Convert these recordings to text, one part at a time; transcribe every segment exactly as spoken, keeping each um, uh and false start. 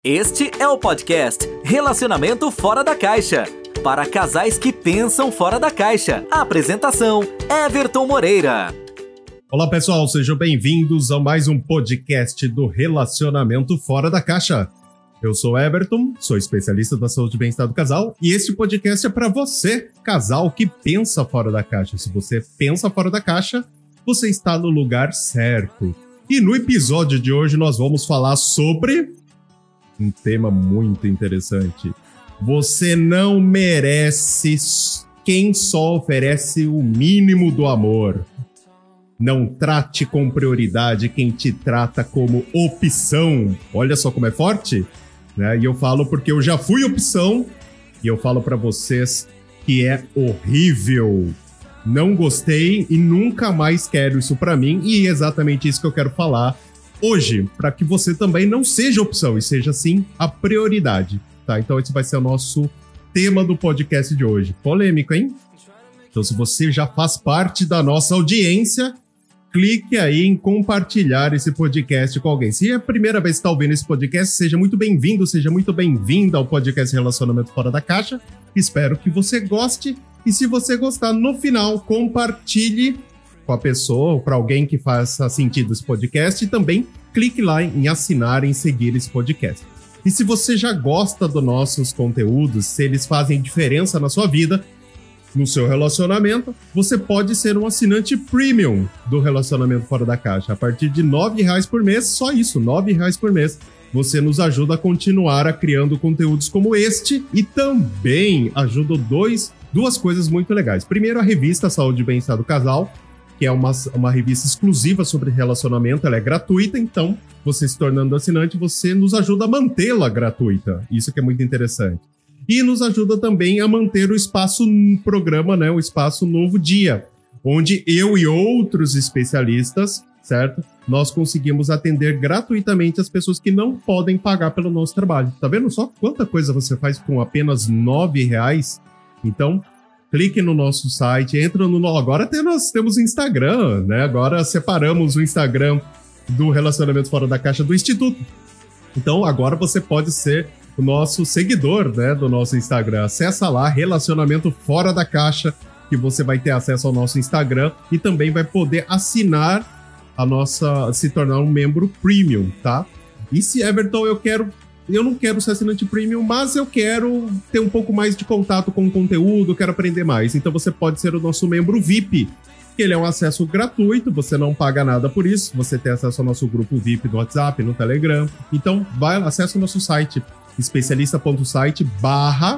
Este é o podcast Relacionamento Fora da Caixa, para casais que pensam fora da caixa. A apresentação, Everton Moreira. Olá pessoal, sejam bem-vindos a mais um podcast do Relacionamento Fora da Caixa. Eu sou Everton, sou especialista da saúde e bem-estar do casal, e este podcast é para você, casal que pensa fora da caixa. Se você pensa fora da caixa, você está no lugar certo. E no episódio de hoje nós vamos falar sobre um tema muito interessante. Você não merece quem só oferece o mínimo do amor. Não trate com prioridade quem te trata como opção. Olha só como é forte, né? E eu falo porque eu já fui opção e eu falo pra vocês que é horrível. Não gostei e nunca mais quero isso pra mim, e é exatamente isso que eu quero falar hoje, para que você também não seja opção e seja sim a prioridade, tá? Então esse vai ser o nosso tema do podcast de hoje. Polêmico, hein? Então se você já faz parte da nossa audiência, clique aí em compartilhar esse podcast com alguém. Se é a primeira vez que está ouvindo esse podcast, seja muito bem-vindo, seja muito bem-vinda ao podcast Relacionamento Fora da Caixa. Espero que você goste, e se você gostar, no final, compartilhe com a pessoa ou para alguém que faça sentido esse podcast, e também clique lá em assinar, em seguir esse podcast. E se você já gosta dos nossos conteúdos, se eles fazem diferença na sua vida, no seu relacionamento, você pode ser um assinante premium do Relacionamento Fora da Caixa. A partir de nove reais por mês, só isso, nove reais por mês, você nos ajuda a continuar a criando conteúdos como este, e também ajuda dois, duas coisas muito legais. Primeiro, a revista Saúde e Bem-Estar do Casal, que é uma, uma revista exclusiva sobre relacionamento, ela é gratuita, então você se tornando assinante, você nos ajuda a mantê-la gratuita. Isso que é muito interessante. E nos ajuda também a manter o espaço programa, né, o espaço Novo Dia, onde eu e outros especialistas, certo? Nós conseguimos atender gratuitamente as pessoas que não podem pagar pelo nosso trabalho. Tá vendo só quanta coisa você faz com apenas nove reais? Então, clique no nosso site, entra no... Agora tem, nós temos o Instagram, né? Agora separamos o Instagram do Relacionamento Fora da Caixa do Instituto. Então, agora você pode ser o nosso seguidor, né, do nosso Instagram. Acessa lá, Relacionamento Fora da Caixa, que você vai ter acesso ao nosso Instagram e também vai poder assinar a nossa... se tornar um membro premium, tá? E se, Everton, eu quero... eu não quero ser assinante premium, mas eu quero ter um pouco mais de contato com o conteúdo, quero aprender mais. Então você pode ser o nosso membro V I P, que ele é um acesso gratuito, você não paga nada por isso, você tem acesso ao nosso grupo V I P no WhatsApp, no Telegram. Então vai, acessa o nosso site, especialista.site barra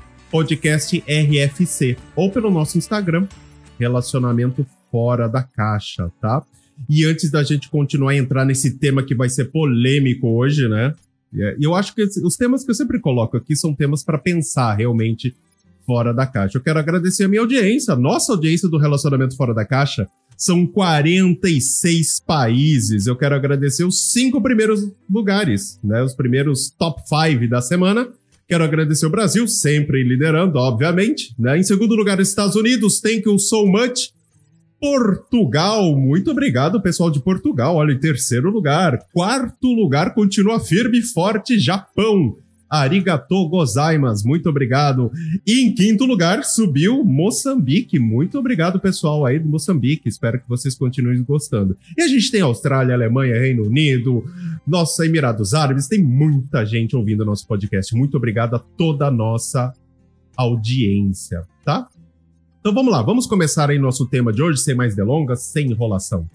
podcast R F C, ou pelo nosso Instagram, Relacionamento Fora da Caixa, tá? E antes da gente continuar a entrar nesse tema que vai ser polêmico hoje, né? E eu acho que os temas que eu sempre coloco aqui são temas para pensar realmente fora da caixa. Eu quero agradecer a minha audiência, a nossa audiência do Relacionamento Fora da Caixa. São quarenta e seis países. Eu quero agradecer os cinco primeiros lugares, né? Os primeiros top cinco da semana. Quero agradecer o Brasil, sempre liderando, obviamente, né? Em segundo lugar, Estados Unidos, thank you so much. Portugal, muito obrigado, pessoal de Portugal. Olha, em terceiro lugar. Quarto lugar, continua firme e forte, Japão. Arigatou gozaimasu, muito obrigado. E em quinto lugar, subiu Moçambique. Muito obrigado, pessoal aí do Moçambique. Espero que vocês continuem gostando. E a gente tem Austrália, Alemanha, Reino Unido, nossa, Emirados Árabes. Tem muita gente ouvindo o nosso podcast. Muito obrigado a toda a nossa audiência, tá? Então vamos lá, vamos começar aí nosso tema de hoje, sem mais delongas, sem enrolação.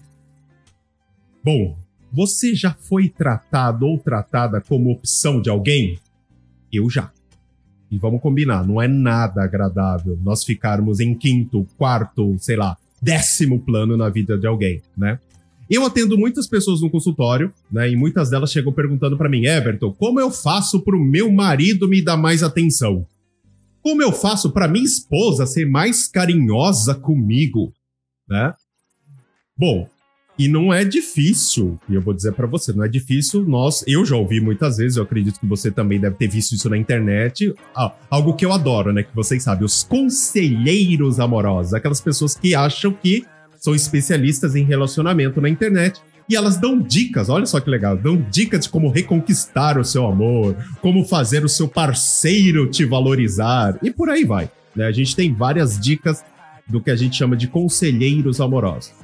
Bom, você já foi tratado ou tratada como opção de alguém? Eu já. E vamos combinar, não é nada agradável nós ficarmos em quinto, quarto, sei lá, décimo plano na vida de alguém, né? Eu atendo muitas pessoas no consultório, né? E muitas delas chegam perguntando para mim, Everton, como eu faço pro meu marido me dar mais atenção? Como eu faço para minha esposa ser mais carinhosa comigo, né? Bom, e não é difícil, e eu vou dizer para você, não é difícil nós... Eu já ouvi muitas vezes, eu acredito que você também deve ter visto isso na internet. Ah, algo que eu adoro, né? Que vocês sabem, os conselheiros amorosos. Aquelas pessoas que acham que são especialistas em relacionamento na internet E elas dão dicas, olha só que legal, dão dicas de como reconquistar o seu amor, como fazer o seu parceiro te valorizar, e por aí vai, né? A gente tem várias dicas do que a gente chama de conselheiros amorosos.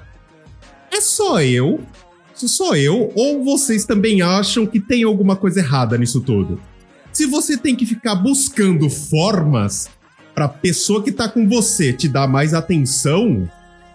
É só eu, só eu, ou vocês também acham que tem alguma coisa errada nisso tudo? Se você tem que ficar buscando formas pra pessoa que tá com você te dar mais atenção,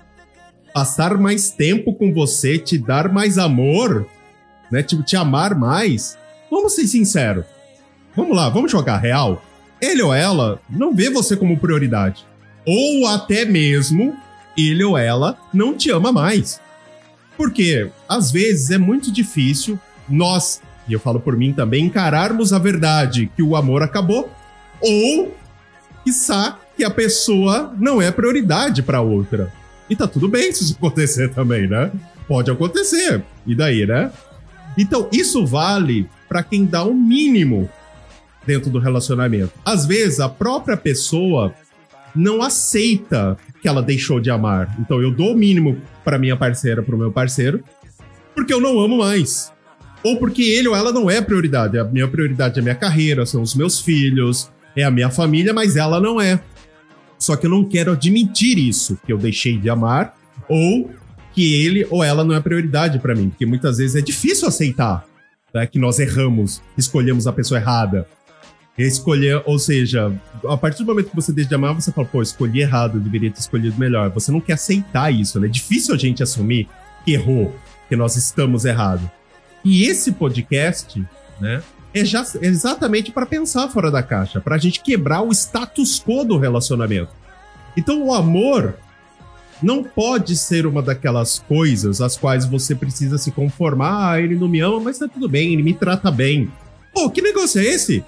passar mais tempo com você, te dar mais amor, né? Tipo, te amar mais. Vamos ser sinceros. Vamos lá, vamos jogar real. Ele ou ela não vê você como prioridade. Ou até mesmo, ele ou ela não te ama mais. Porque, às vezes, é muito difícil nós, e eu falo por mim também, encararmos a verdade que o amor acabou, ou, quiçá, que a pessoa não é prioridade para outra. E tá tudo bem se isso acontecer também, né? Pode acontecer. E daí, né? Então, isso vale pra quem dá o mínimo dentro do relacionamento. Às vezes, a própria pessoa não aceita que ela deixou de amar. Então, eu dou o mínimo pra minha parceira, pro meu parceiro, porque eu não amo mais. Ou porque ele ou ela não é prioridade. A minha prioridade é a minha carreira, são os meus filhos, é a minha família, mas ela não é. Só que eu não quero admitir isso, que eu deixei de amar, ou que ele ou ela não é prioridade pra mim. Porque muitas vezes é difícil aceitar, né, que nós erramos, escolhemos a pessoa errada. Escolher, ou seja, a partir do momento que você deixa de amar, você fala, pô, escolhi errado, eu deveria ter escolhido melhor. Você não quer aceitar isso, né? É difícil a gente assumir que errou, que nós estamos errados. E esse podcast, né, é já, exatamente para pensar fora da caixa, para a gente quebrar o status quo do relacionamento. Então o amor não pode ser uma daquelas coisas às quais você precisa se conformar. Ah, ele não me ama, mas tá tudo bem, ele me trata bem. Pô, que negócio é esse?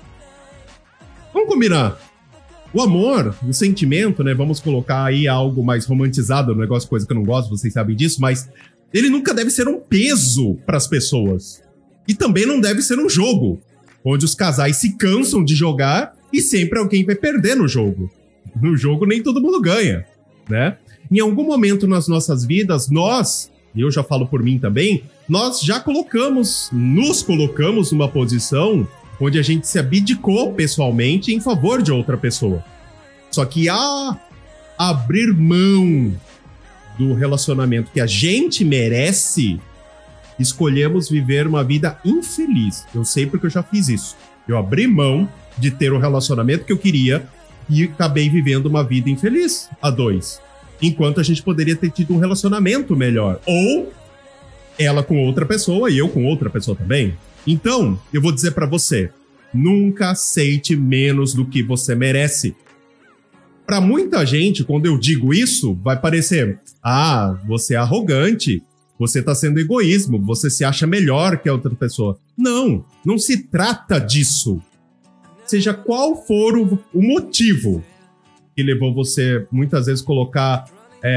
Vamos combinar. O amor, o sentimento, né? Vamos colocar aí algo mais romantizado no negócio, coisa que eu não gosto, vocês sabem disso, mas ele nunca deve ser um peso para as pessoas. E também não deve ser um jogo, onde os casais se cansam de jogar e sempre alguém vai perder no jogo. No jogo nem todo mundo ganha, né? Em algum momento nas nossas vidas, nós, e eu já falo por mim também, nós já colocamos, nos colocamos numa posição onde a gente se abdicou pessoalmente em favor de outra pessoa. Só que a abrir mão do relacionamento que a gente merece, escolhemos viver uma vida infeliz. Eu sei porque eu já fiz isso. Eu abri mão de ter o relacionamento que eu queria e acabei vivendo uma vida infeliz a dois. Enquanto a gente poderia ter tido um relacionamento melhor. Ou ela com outra pessoa e eu com outra pessoa também. Então, eu vou dizer pra você, nunca aceite menos do que você merece. Pra muita gente, quando eu digo isso, vai parecer, ah, você é arrogante, você tá sendo egoísmo, você se acha melhor que a outra pessoa. Não, não se trata disso. Seja qual for o, o motivo que levou você, muitas vezes, colocar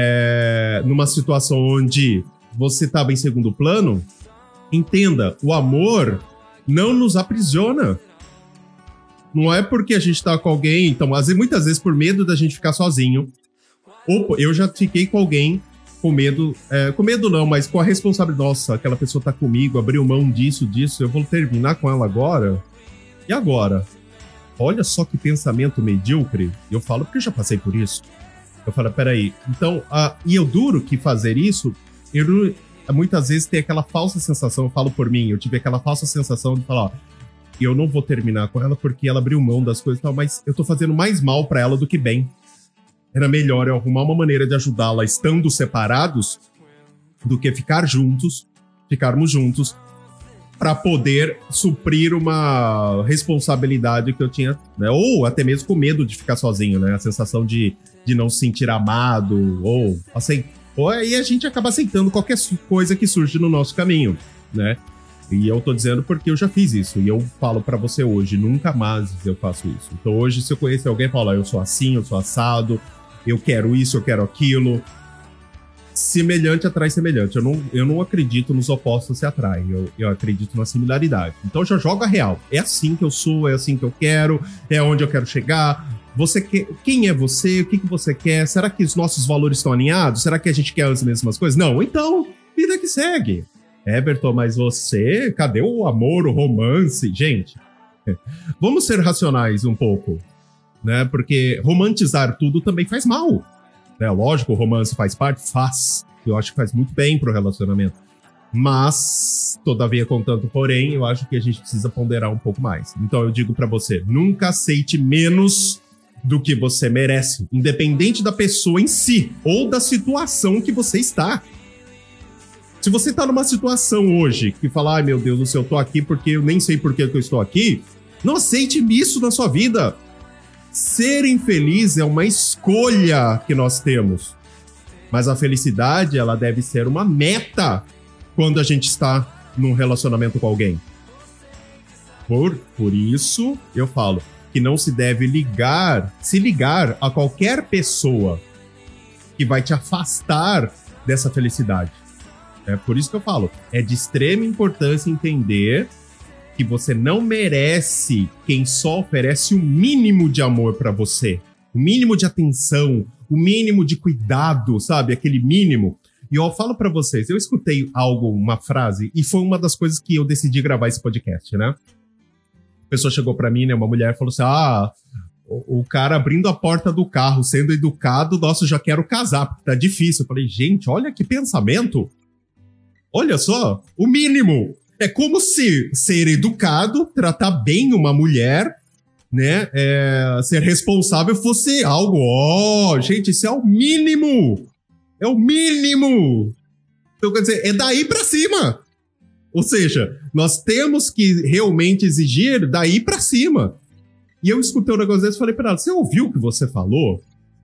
é, numa situação onde você estava em segundo plano, entenda, o amor não nos aprisiona. Não é porque a gente tá com alguém, então, às vezes, muitas vezes por medo da gente ficar sozinho. Ou eu já fiquei com alguém com medo, é, com medo não, mas com a responsabilidade. Nossa, aquela pessoa tá comigo, abriu mão disso, disso, eu vou terminar com ela agora? E agora? Olha só que pensamento medíocre. Eu falo porque eu já passei por isso. Eu falo, peraí, então, uh, e eu duro que fazer isso, eu muitas vezes tem aquela falsa sensação, eu falo por mim, eu tive aquela falsa sensação de falar, ó, eu não vou terminar com ela porque ela abriu mão das coisas e tal, mas eu tô fazendo mais mal pra ela do que bem. Era melhor eu arrumar uma maneira de ajudá-la estando separados do que ficar juntos, ficarmos juntos, pra poder suprir uma responsabilidade que eu tinha, né? Ou até mesmo com medo de ficar sozinho, né? A sensação de, de não se sentir amado, ou assim, ou aí a gente acaba aceitando qualquer coisa que surge no nosso caminho, né? E eu tô dizendo porque eu já fiz isso, e eu falo pra você hoje, nunca mais eu faço isso. Então hoje, se eu conhecer alguém e falar, eu sou assim, eu sou assado, eu quero isso, eu quero aquilo, semelhante atrai semelhante. Eu não, eu não acredito nos opostos se atraem, eu, eu acredito na similaridade. Então eu já jogo a real. É assim que eu sou, é assim que eu quero, é onde eu quero chegar. Você quer, quem é você? O que, que você quer? Será que os nossos valores estão alinhados? Será que a gente quer as mesmas coisas? Não, então, vida que segue. Everton, mas você, cadê o amor, o romance? Gente, vamos ser racionais um pouco, né? Porque romantizar tudo também faz mal, né? Lógico, o romance faz parte, faz. Eu acho que faz muito bem pro relacionamento. Mas, todavia, contanto, porém, eu acho que a gente precisa ponderar um pouco mais. Então eu digo pra você, nunca aceite menos do que você merece, independente da pessoa em si ou da situação que você está. Se você tá numa situação hoje que fala, ai meu Deus do céu, eu tô aqui porque eu nem sei por que eu estou aqui, não aceite isso na sua vida. Ser infeliz é uma escolha que nós temos. Mas a felicidade, ela deve ser uma meta quando a gente está num relacionamento com alguém. Por, por isso, eu falo que não se deve ligar, se ligar a qualquer pessoa que vai te afastar dessa felicidade. É por isso que eu falo, é de extrema importância entender que você não merece quem só oferece o mínimo de amor pra você, o mínimo de atenção, o mínimo de cuidado, sabe? Aquele mínimo. E eu falo pra vocês, eu escutei algo, uma frase, e foi uma das coisas que eu decidi gravar esse podcast, né? A pessoa chegou pra mim, né? Uma mulher falou assim, ah, o, o cara abrindo a porta do carro, sendo educado, nossa, eu já quero casar, porque tá difícil. Eu falei, gente, olha que pensamento. Olha só, o mínimo. É como se ser educado, tratar bem uma mulher, né, é, ser responsável fosse algo, ó, oh, gente, isso é o mínimo. É o mínimo. Então, quer dizer, é daí pra cima. Ou seja, nós temos que realmente exigir daí pra cima. E eu escutei um negócio desse e falei pra ela, você ouviu o que você falou?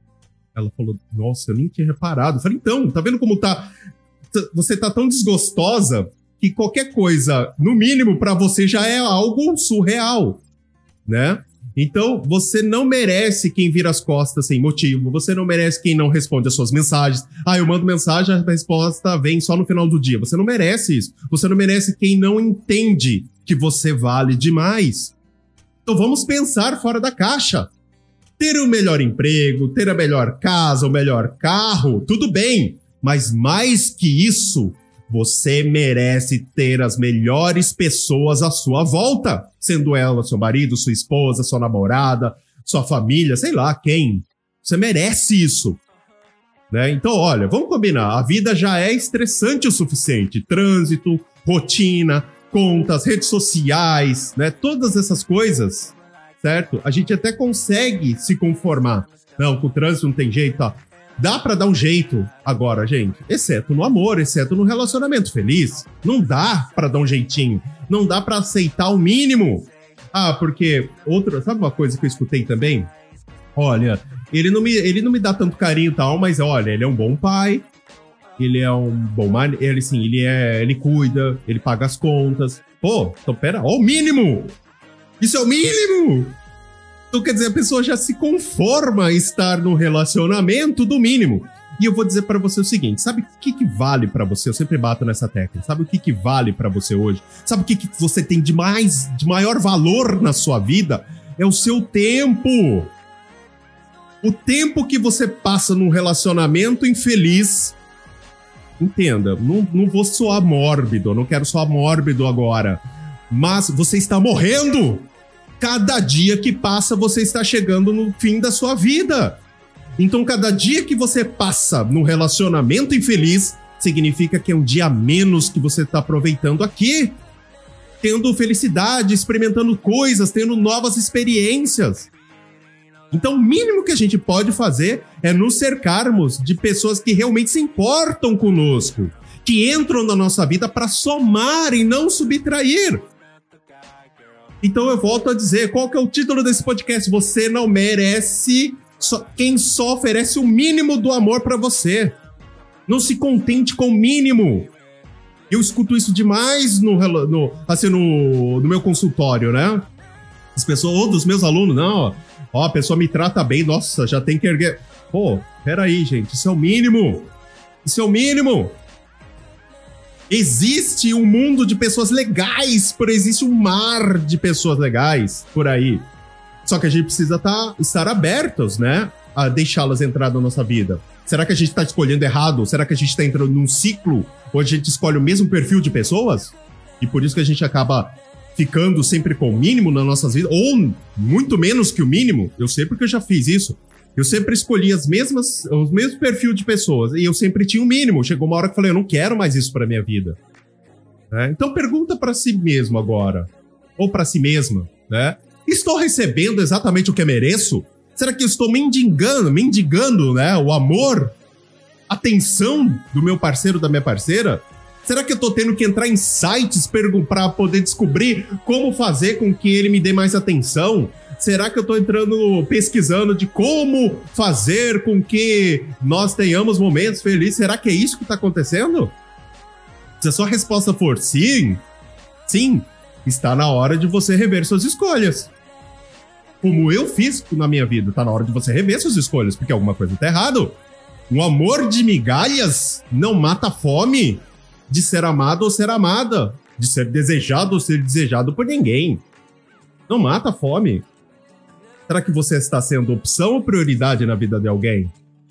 Ela falou, nossa, eu nem tinha reparado. Eu falei, então, tá vendo como tá... Você tá tão desgostosa que qualquer coisa, no mínimo, pra você já é algo surreal, né? Então, você não merece quem vira as costas sem motivo, você não merece quem não responde as suas mensagens. Ah, eu mando mensagem, a resposta vem só no final do dia. Você não merece isso. Você não merece quem não entende que você vale demais. Então, vamos pensar fora da caixa. Ter o melhor emprego, ter a melhor casa, o melhor carro, tudo bem. Mas mais que isso, você merece ter as melhores pessoas à sua volta. Sendo ela seu marido, sua esposa, sua namorada, sua família, sei lá quem. Você merece isso. Né? Então, olha, vamos combinar. A vida já é estressante o suficiente. Trânsito, rotina, contas, redes sociais, né? Todas essas coisas, certo? A gente até consegue se conformar. Não, com o trânsito não tem jeito, ó. Dá pra dar um jeito agora, gente. Exceto no amor, exceto no relacionamento feliz. Não dá pra dar um jeitinho. Não dá pra aceitar o mínimo. Ah, porque... outra, sabe uma coisa que eu escutei também? Olha, ele não me, ele não me dá tanto carinho e tal, mas olha, ele é um bom pai. Ele é um bom marido. Ele, sim, ele é... Ele cuida, ele paga as contas. Pô, então pera, ó o mínimo! Isso é o mínimo! Então, quer dizer, a pessoa já se conforma a estar no relacionamento do mínimo. E eu vou dizer pra você o seguinte, sabe o que, que vale pra você? Eu sempre bato nessa tecla. Sabe o que, que vale pra você hoje? Sabe o que, que você tem de, mais, de maior valor na sua vida? É o seu tempo. O tempo que você passa num relacionamento infeliz. Entenda, não, não vou soar mórbido, não quero soar mórbido agora. Mas você está morrendo. Cada dia que passa, você está chegando no fim da sua vida. Então, cada dia que você passa num relacionamento infeliz, significa que é um dia a menos que você está aproveitando aqui. Tendo felicidade, experimentando coisas, tendo novas experiências. Então, o mínimo que a gente pode fazer é nos cercarmos de pessoas que realmente se importam conosco. Que entram na nossa vida para somar e não subtrair. Então eu volto a dizer, qual que é o título desse podcast? Você não merece só, quem só oferece o mínimo do amor pra você. Não se contente com o mínimo. Eu escuto isso demais no, no, assim, no, no meu consultório, né? As pessoas, ou dos meus alunos, não, ó, a pessoa me trata bem, nossa, já tem que erguer. Pô, peraí, gente, isso é o mínimo. Isso é o mínimo. Existe um mundo de pessoas legais, por existe um mar de pessoas legais por aí. Só que a gente precisa tá, estar abertos, né? a deixá-las entrar na nossa vida? Será que a gente está escolhendo errado? Será que a gente está entrando num ciclo onde a gente escolhe o mesmo perfil de pessoas? E por isso que a gente acaba ficando sempre com o mínimo nas nossas vidas, ou muito menos que o mínimo. Eu sei porque eu já fiz isso. Eu sempre escolhi as mesmas, os mesmos perfil de pessoas, e eu sempre tinha o mínimo. Chegou uma hora que eu falei, eu não quero mais isso para minha vida. Né? Então pergunta para si mesmo agora, ou para si mesma, né? Estou recebendo exatamente o que eu mereço? Será que eu estou mendigando, mendigando, né, o amor, a atenção do meu parceiro, da minha parceira? Será que eu tô tendo que entrar em sites para poder descobrir como fazer com que ele me dê mais atenção? Será que eu tô entrando, pesquisando de como fazer com que nós tenhamos momentos felizes? Será que é isso que tá acontecendo? Se a sua resposta for sim, sim, está na hora de você rever suas escolhas. Como eu fiz na minha vida, tá na hora de você rever suas escolhas, porque alguma coisa tá errado. Um amor de migalhas não mata a fome de ser amado ou ser amada, de ser desejado ou ser desejado por ninguém. Não mata a fome. Será que você está sendo opção ou prioridade na vida de alguém?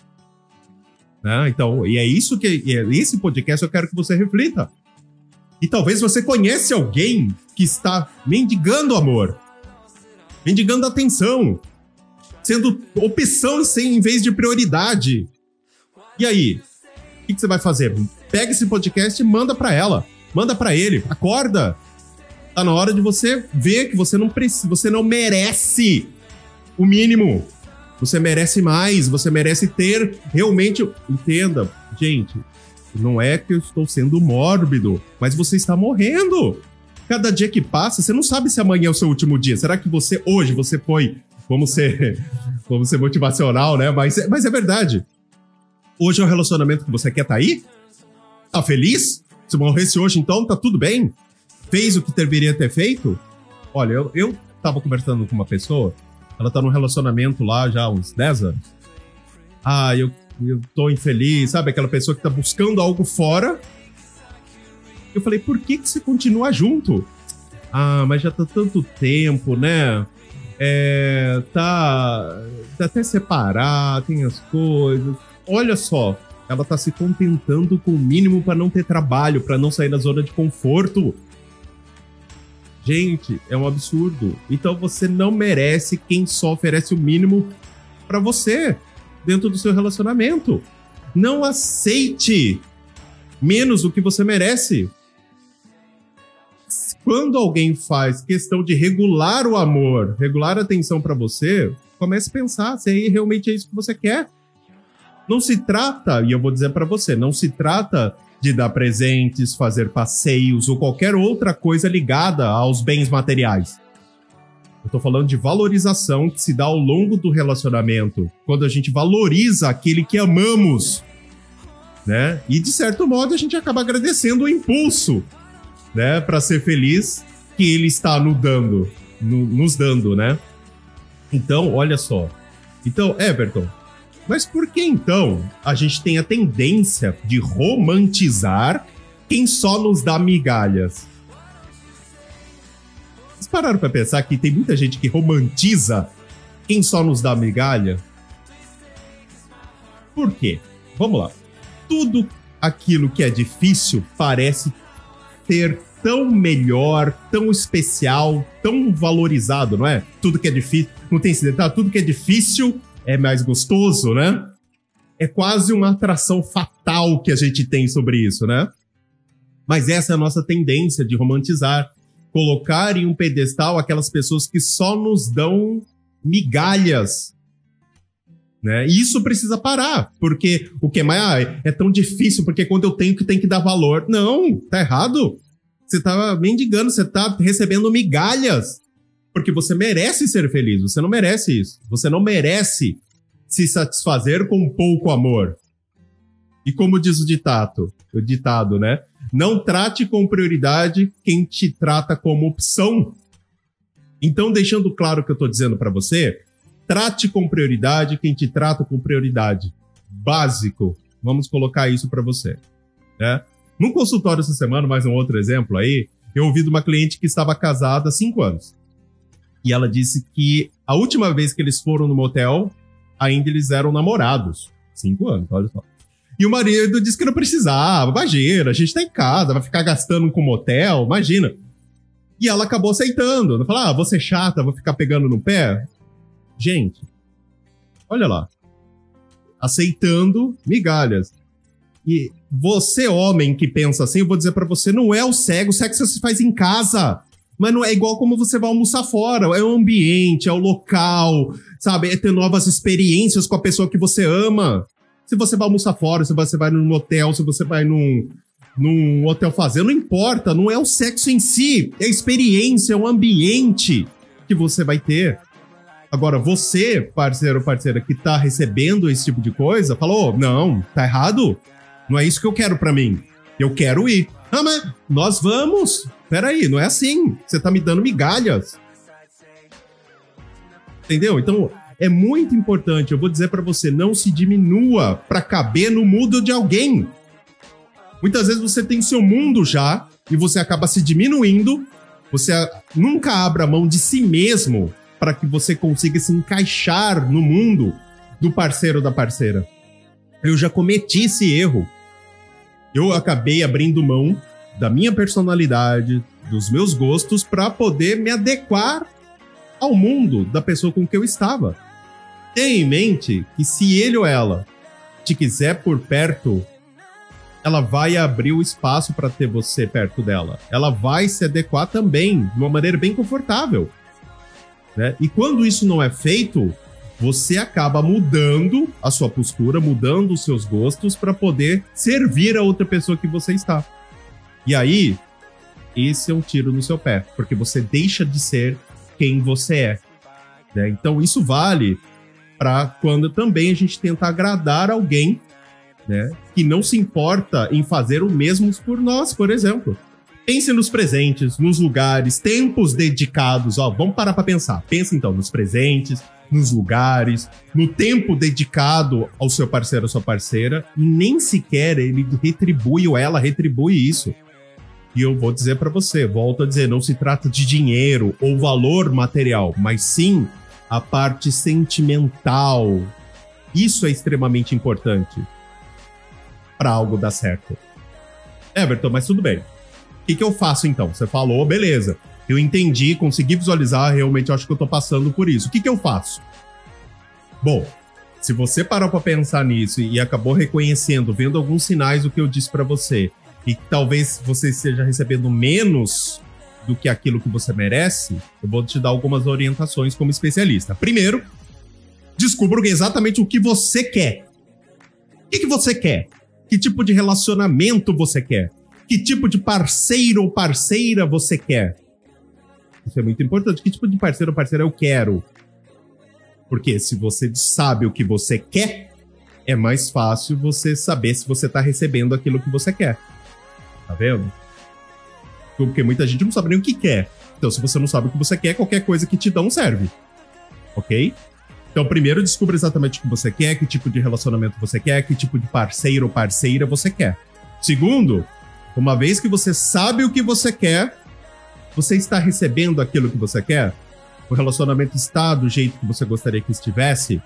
Né? Então, e é isso que... Esse podcast eu quero que você reflita. E talvez você conhece alguém que está mendigando amor, mendigando atenção, sendo opção sem, em vez de prioridade. E aí? O que, que você vai fazer? Pega esse podcast e manda pra ela. Manda pra ele. Acorda. Tá na hora de você ver que você não precisa, você não merece o mínimo. Você merece mais. Você merece ter realmente... Entenda, gente, não é que eu estou sendo mórbido, mas você está morrendo. Cada dia que passa, você não sabe se amanhã é o seu último dia. Será que você, hoje, você foi... Vamos ser, vamos ser motivacional, né? Mas, mas é verdade. Hoje é o relacionamento que você quer tá aí? Tá feliz? Se morresse hoje, então, tá tudo bem? Fez o que deveria ter feito? Olha, eu, eu tava conversando com uma pessoa, ela tá num relacionamento lá já há uns dez anos. Ah, eu, eu tô infeliz, sabe? Aquela pessoa que tá buscando algo fora. Eu falei, por que que você continua junto? Ah, mas já tá tanto tempo, né? É, tá, tá até separar, tem as coisas. Olha só, ela tá se contentando com o mínimo para não ter trabalho, para não sair da zona de conforto. Gente, é um absurdo. Então você não merece quem só oferece o mínimo para você dentro do seu relacionamento. Não aceite menos do que você merece. Quando alguém faz questão de regular o amor, regular a atenção para você, comece a pensar se aí realmente é isso que você quer. Não se trata, e eu vou dizer para você, não se trata de dar presentes, fazer passeios ou qualquer outra coisa ligada aos bens materiais. Eu tô falando de valorização que se dá ao longo do relacionamento, quando a gente valoriza aquele que amamos, né? E de certo modo a gente acaba agradecendo o impulso, né, para ser feliz que ele está nos dando, no, nos dando, né? Então, olha só. Então, Everton, mas por que então a gente tem a tendência de romantizar quem só nos dá migalhas? Vocês pararam para pensar que tem muita gente que romantiza quem só nos dá migalha? Por quê? Vamos lá. Tudo aquilo que é difícil parece ter tão melhor, tão especial, tão valorizado, não é? Tudo que é difícil, não tem esse detalhe, tudo que é difícil é mais gostoso, né? É quase uma atração fatal que a gente tem sobre isso, né? Mas essa é a nossa tendência de romantizar, colocar em um pedestal aquelas pessoas que só nos dão migalhas, né? E isso precisa parar, porque o que é mais ah, é tão difícil, porque quando eu tenho que tem que dar valor. Não, tá errado. Você tá mendigando, você tá recebendo migalhas, porque você merece ser feliz, você não merece isso. Você não merece se satisfazer com pouco amor. E como diz o ditado, o ditado, né? Não trate com prioridade quem te trata como opção. Então, deixando claro o que eu tô dizendo para você, trate com prioridade quem te trata com prioridade. Básico. Vamos colocar isso para você, né? Num consultório essa semana, mais um outro exemplo aí, eu ouvi de uma cliente que estava casada há cinco anos. E ela disse que a última vez que eles foram no motel ainda eles eram namorados. Cinco anos, olha só. E o marido disse que não precisava, imagina, a gente tá em casa, vai ficar gastando com motel, imagina. E ela acabou aceitando. Ela falou, ah, vou ser chata, vou ficar pegando no pé. Gente, olha lá. Aceitando migalhas. E você, homem, que pensa assim, eu vou dizer pra você, não é o sexo, o sexo se faz em casa. Mas não é igual como você vai almoçar fora. É o ambiente, é o local, sabe? É ter novas experiências com a pessoa que você ama. Se você vai almoçar fora, se você vai num hotel, se você vai num, num hotel fazer, não importa, não é o sexo em si, é a experiência, é o ambiente que você vai ter. Agora, você, parceiro ou parceira, que tá recebendo esse tipo de coisa, falou, não, tá errado, não é isso que eu quero pra mim, eu quero ir. Ah, mas nós vamos, peraí, não é assim, você tá me dando migalhas. Entendeu? Então... é muito importante, eu vou dizer pra você, não se diminua pra caber no mundo de alguém. Muitas vezes você tem seu mundo já e você acaba se diminuindo, você nunca abra mão de si mesmo para que você consiga se encaixar no mundo do parceiro ou da parceira. Eu já cometi esse erro. Eu acabei abrindo mão da minha personalidade, dos meus gostos, para poder me adequar ao mundo da pessoa com que eu estava. Tenha em mente que se ele ou ela te quiser por perto, ela vai abrir o espaço para ter você perto dela. Ela vai se adequar também, de uma maneira bem confortável. Né? E quando isso não é feito, você acaba mudando a sua postura, mudando os seus gostos para poder servir a outra pessoa que você está. E aí, esse é um tiro no seu pé, porque você deixa de ser quem você é. Né? Então isso vale para quando também a gente tenta agradar alguém, né, que não se importa em fazer o mesmo por nós, por exemplo. Pense nos presentes, nos lugares, tempos dedicados. Ó, vamos parar para pensar. Pensa então nos presentes, nos lugares, no tempo dedicado ao seu parceiro ou sua parceira, e nem sequer ele retribui ou ela retribui isso. E eu vou dizer para você, volto a dizer, não se trata de dinheiro ou valor material, mas sim a parte sentimental. Isso é extremamente importante para algo dar certo. Everton, mas tudo bem. O que, que eu faço então? Você falou, beleza. Eu entendi, consegui visualizar, realmente eu acho que eu tô passando por isso. O que, que eu faço? Bom, se você parou para pensar nisso e acabou reconhecendo, vendo alguns sinais do que eu disse para você, e que talvez você esteja recebendo menos do que aquilo que você merece, eu vou te dar algumas orientações como especialista. Primeiro, descubra exatamente o que você quer. O que, que você quer? Que tipo de relacionamento você quer? Que tipo de parceiro ou parceira você quer? Isso é muito importante. Que tipo de parceiro ou parceira eu quero? Porque se você sabe o que você quer, é mais fácil você saber se você está recebendo aquilo que você quer. Tá vendo? Porque muita gente não sabe nem o que quer. Então, se você não sabe o que você quer, qualquer coisa que te dão serve. Ok? Então, primeiro, descubra exatamente o que você quer, que tipo de relacionamento você quer, que tipo de parceiro ou parceira você quer. Segundo, uma vez que você sabe o que você quer, você está recebendo aquilo que você quer? O relacionamento está do jeito que você gostaria que estivesse?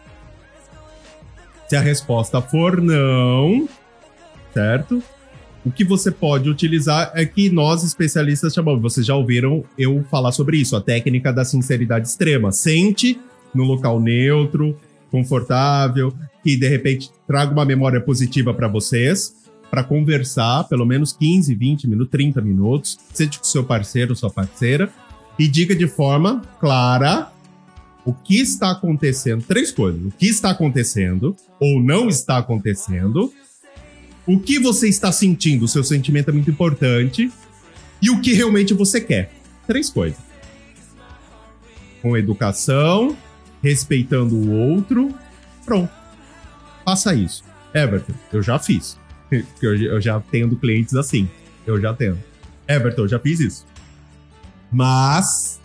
Se a resposta for não, certo? O que você pode utilizar é que nós, especialistas, chamamos, vocês já ouviram eu falar sobre isso, a técnica da sinceridade extrema. Sente no local neutro, confortável, que de repente traga uma memória positiva para vocês, para conversar pelo menos quinze, vinte minutos, trinta minutos, seja com seu parceiro ou sua parceira, e diga de forma clara o que está acontecendo. Três coisas. O que está acontecendo ou não está acontecendo, o que você está sentindo, o seu sentimento é muito importante, e o que realmente você quer. Três coisas. Com educação, respeitando o outro, pronto. Faça isso. Everton, eu já fiz. Eu já tendo clientes assim. Eu já tendo. Everton, eu já fiz isso. Mas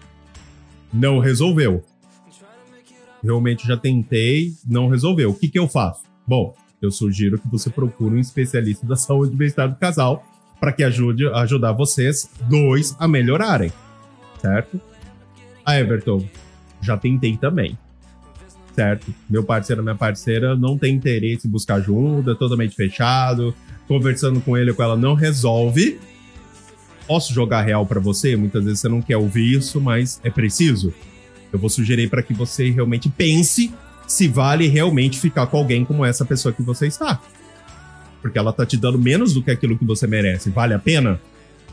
não resolveu. Realmente já tentei, não resolveu. O que que eu faço? Bom, eu sugiro que você procure um especialista da saúde e bem-estar do casal para que ajude a ajudar vocês dois a melhorarem, certo? Ah, Everton, já tentei também. certo? Meu parceiro, minha parceira não tem interesse em buscar ajuda, totalmente fechado, conversando com ele ou com ela não resolve. Posso jogar real pra você? Muitas vezes você não quer ouvir isso, mas é preciso. Eu vou sugerir para que você realmente pense se vale realmente ficar com alguém como essa pessoa que você está. Porque ela tá te dando menos do que aquilo que você merece. Vale a pena?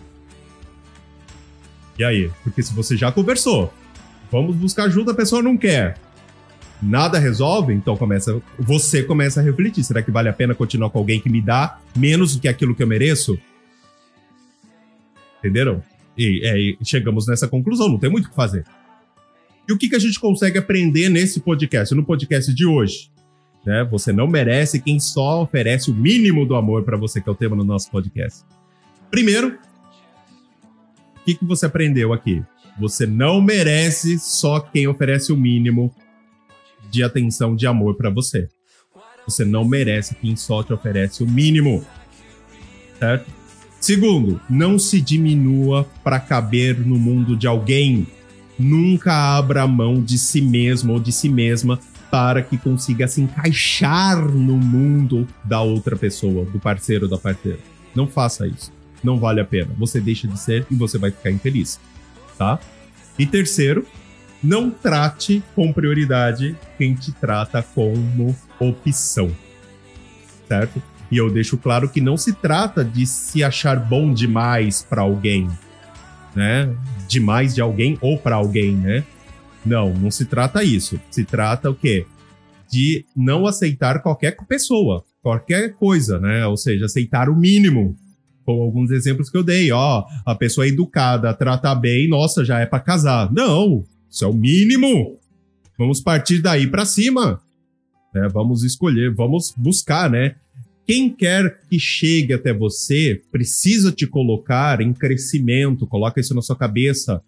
E aí? Porque se você já conversou, vamos buscar ajuda, a pessoa não quer. Nada resolve, então começa, você começa a refletir. Será que vale a pena continuar com alguém que me dá menos do que aquilo que eu mereço? Entenderam? E, é, e chegamos nessa conclusão, não tem muito o que fazer. E o que, que a gente consegue aprender nesse podcast, no podcast de hoje? Né? Você não merece quem só oferece o mínimo do amor para você, que é o tema do nosso podcast. Primeiro, o que, que você aprendeu aqui? Você não merece só quem oferece o mínimo de atenção, de amor para você. Você não merece quem só te oferece o mínimo. Certo? Segundo, não se diminua para caber no mundo de alguém. Nunca abra mão de si mesmo ou de si mesma para que consiga se encaixar no mundo da outra pessoa, do parceiro ou da parceira. Não faça isso. Não vale a pena. Você deixa de ser e você vai ficar infeliz. Tá? E terceiro, não trate com prioridade quem te trata como opção. Certo? E eu deixo claro que não se trata de se achar bom demais para alguém, né? Demais de alguém ou para alguém, né? Não, não se trata isso. Se trata o quê? De não aceitar qualquer pessoa, qualquer coisa, né? Ou seja, aceitar o mínimo. Com alguns exemplos que eu dei, ó, a pessoa é educada, trata bem, nossa, já é para casar. Não, isso é o mínimo. Vamos partir daí para cima, né? Vamos escolher, vamos buscar, né? Quem quer que chegue até você precisa te colocar em crescimento, coloca isso na sua cabeça.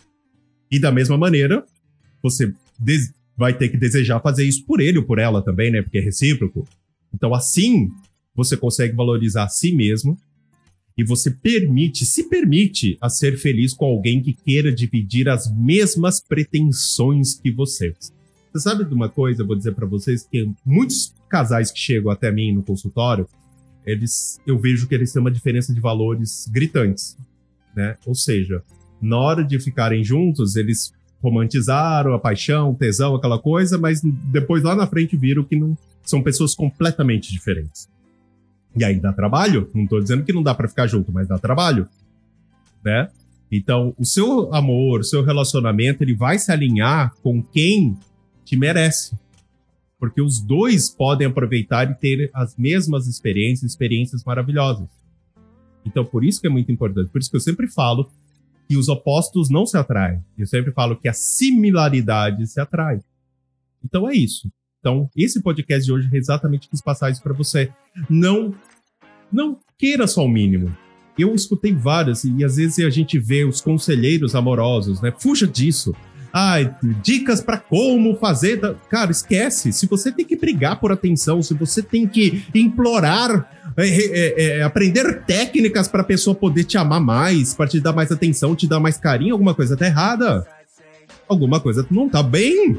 E da mesma maneira, você vai ter que desejar fazer isso por ele ou por ela também, né? Porque é recíproco. Então assim, você consegue valorizar a si mesmo e você permite, se permite a ser feliz com alguém que queira dividir as mesmas pretensões que você. Você sabe de uma coisa, eu vou dizer pra vocês, que muitos casais que chegam até mim no consultório, eles, eu vejo que eles têm uma diferença de valores gritantes, né? Ou seja, na hora de ficarem juntos, eles romantizaram a paixão, o tesão, aquela coisa, mas depois lá na frente viram que não, são pessoas completamente diferentes. E aí dá trabalho, não tô dizendo que não dá pra ficar junto, mas dá trabalho, né? Então, o seu amor, o seu relacionamento, ele vai se alinhar com quem te merece. Porque os dois podem aproveitar e ter as mesmas experiências, experiências maravilhosas. Então, por isso que é muito importante. Por isso que eu sempre falo que os opostos não se atraem. Eu sempre falo que a similaridade se atrai. Então, é isso. Então, esse podcast de hoje exatamente quis passar isso para você. Não, não queira só o mínimo. Eu escutei várias, e às vezes a gente vê os conselheiros amorosos, né? Fuja disso. Ah, dicas para como fazer... Cara, esquece. Se você tem que brigar por atenção, se você tem que implorar, é, é, é, aprender técnicas para a pessoa poder te amar mais, para te dar mais atenção, te dar mais carinho, alguma coisa tá errada. Alguma coisa não tá bem.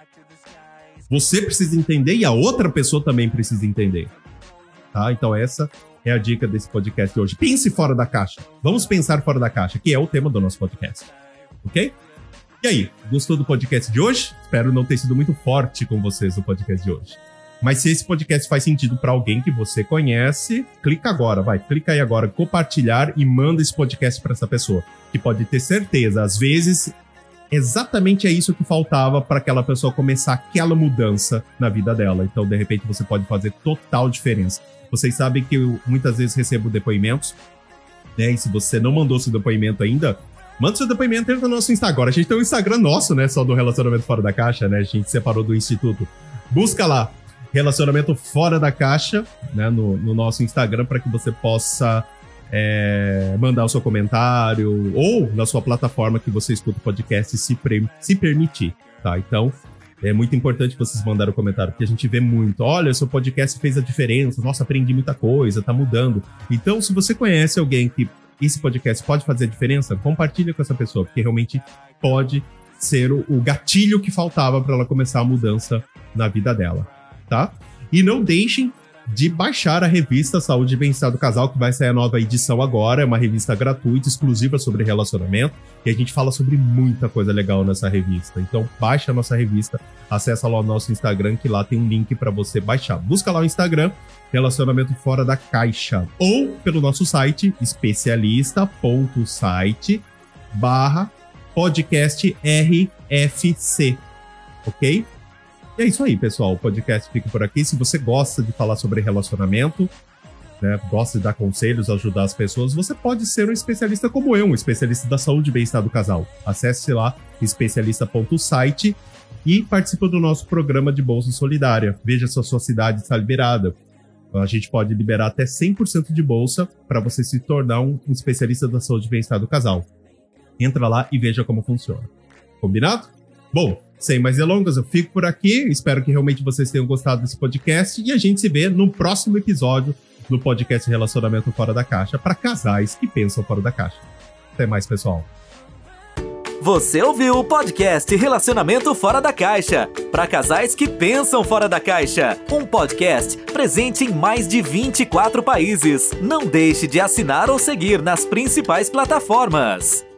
Você precisa entender e a outra pessoa também precisa entender. Tá? Então essa é a dica desse podcast de hoje. Pense fora da caixa. Vamos pensar fora da caixa, que é o tema do nosso podcast. Ok? E aí, gostou do podcast de hoje? Espero não ter sido muito forte com vocês no podcast de hoje. Mas se esse podcast faz sentido para alguém que você conhece, clica agora, vai, clica aí agora, compartilhar e manda esse podcast para essa pessoa. Que pode ter certeza, às vezes, exatamente é isso que faltava para aquela pessoa começar aquela mudança na vida dela. Então, de repente, você pode fazer total diferença. Vocês sabem que eu muitas vezes recebo depoimentos, né? E se você não mandou seu depoimento ainda, manda seu depoimento no nosso Instagram. Agora a gente tem um Instagram nosso, né? Só do Relacionamento Fora da Caixa, né? A gente separou do Instituto. Busca lá, Relacionamento Fora da Caixa, né? No, no nosso Instagram, para que você possa é, mandar o seu comentário ou na sua plataforma que você escuta o podcast, se, pre, se permitir, tá? Então, é muito importante que vocês mandarem o comentário, porque a gente vê muito. Olha, seu podcast fez a diferença. Nossa, aprendi muita coisa, tá mudando. Então, se você conhece alguém que esse podcast pode fazer a diferença, compartilha com essa pessoa, porque realmente pode ser o, o gatilho que faltava para ela começar a mudança na vida dela, tá? E não deixem de baixar a revista Saúde e Bem-Estar do Casal, que vai sair a nova edição agora. É uma revista gratuita, exclusiva sobre relacionamento, e a gente fala sobre muita coisa legal nessa revista. Então baixa a nossa revista, acessa lá o nosso Instagram, que lá tem um link para você baixar. Busca lá o Instagram, Relacionamento Fora da Caixa, ou pelo nosso site, especialista ponto site barra podcast R F C, ok? E é isso aí, pessoal. O podcast fica por aqui. Se você gosta de falar sobre relacionamento, né, gosta de dar conselhos, ajudar as pessoas, você pode ser um especialista como eu, um especialista da saúde e bem-estar do casal. Acesse lá, especialista ponto site, e participe do nosso programa de Bolsa Solidária. Veja se a sua cidade está liberada. A gente pode liberar até cem por cento de bolsa para você se tornar um, um especialista da saúde e bem-estar do casal. Entra lá e veja como funciona. Combinado? Bom, sem mais delongas, eu fico por aqui. Espero que realmente vocês tenham gostado desse podcast. E a gente se vê no próximo episódio do podcast Relacionamento Fora da Caixa, para casais que pensam fora da caixa. Até mais, pessoal. Você ouviu o podcast Relacionamento Fora da Caixa, para casais que pensam fora da caixa. Um podcast presente em mais de vinte e quatro países. Não deixe de assinar ou seguir nas principais plataformas.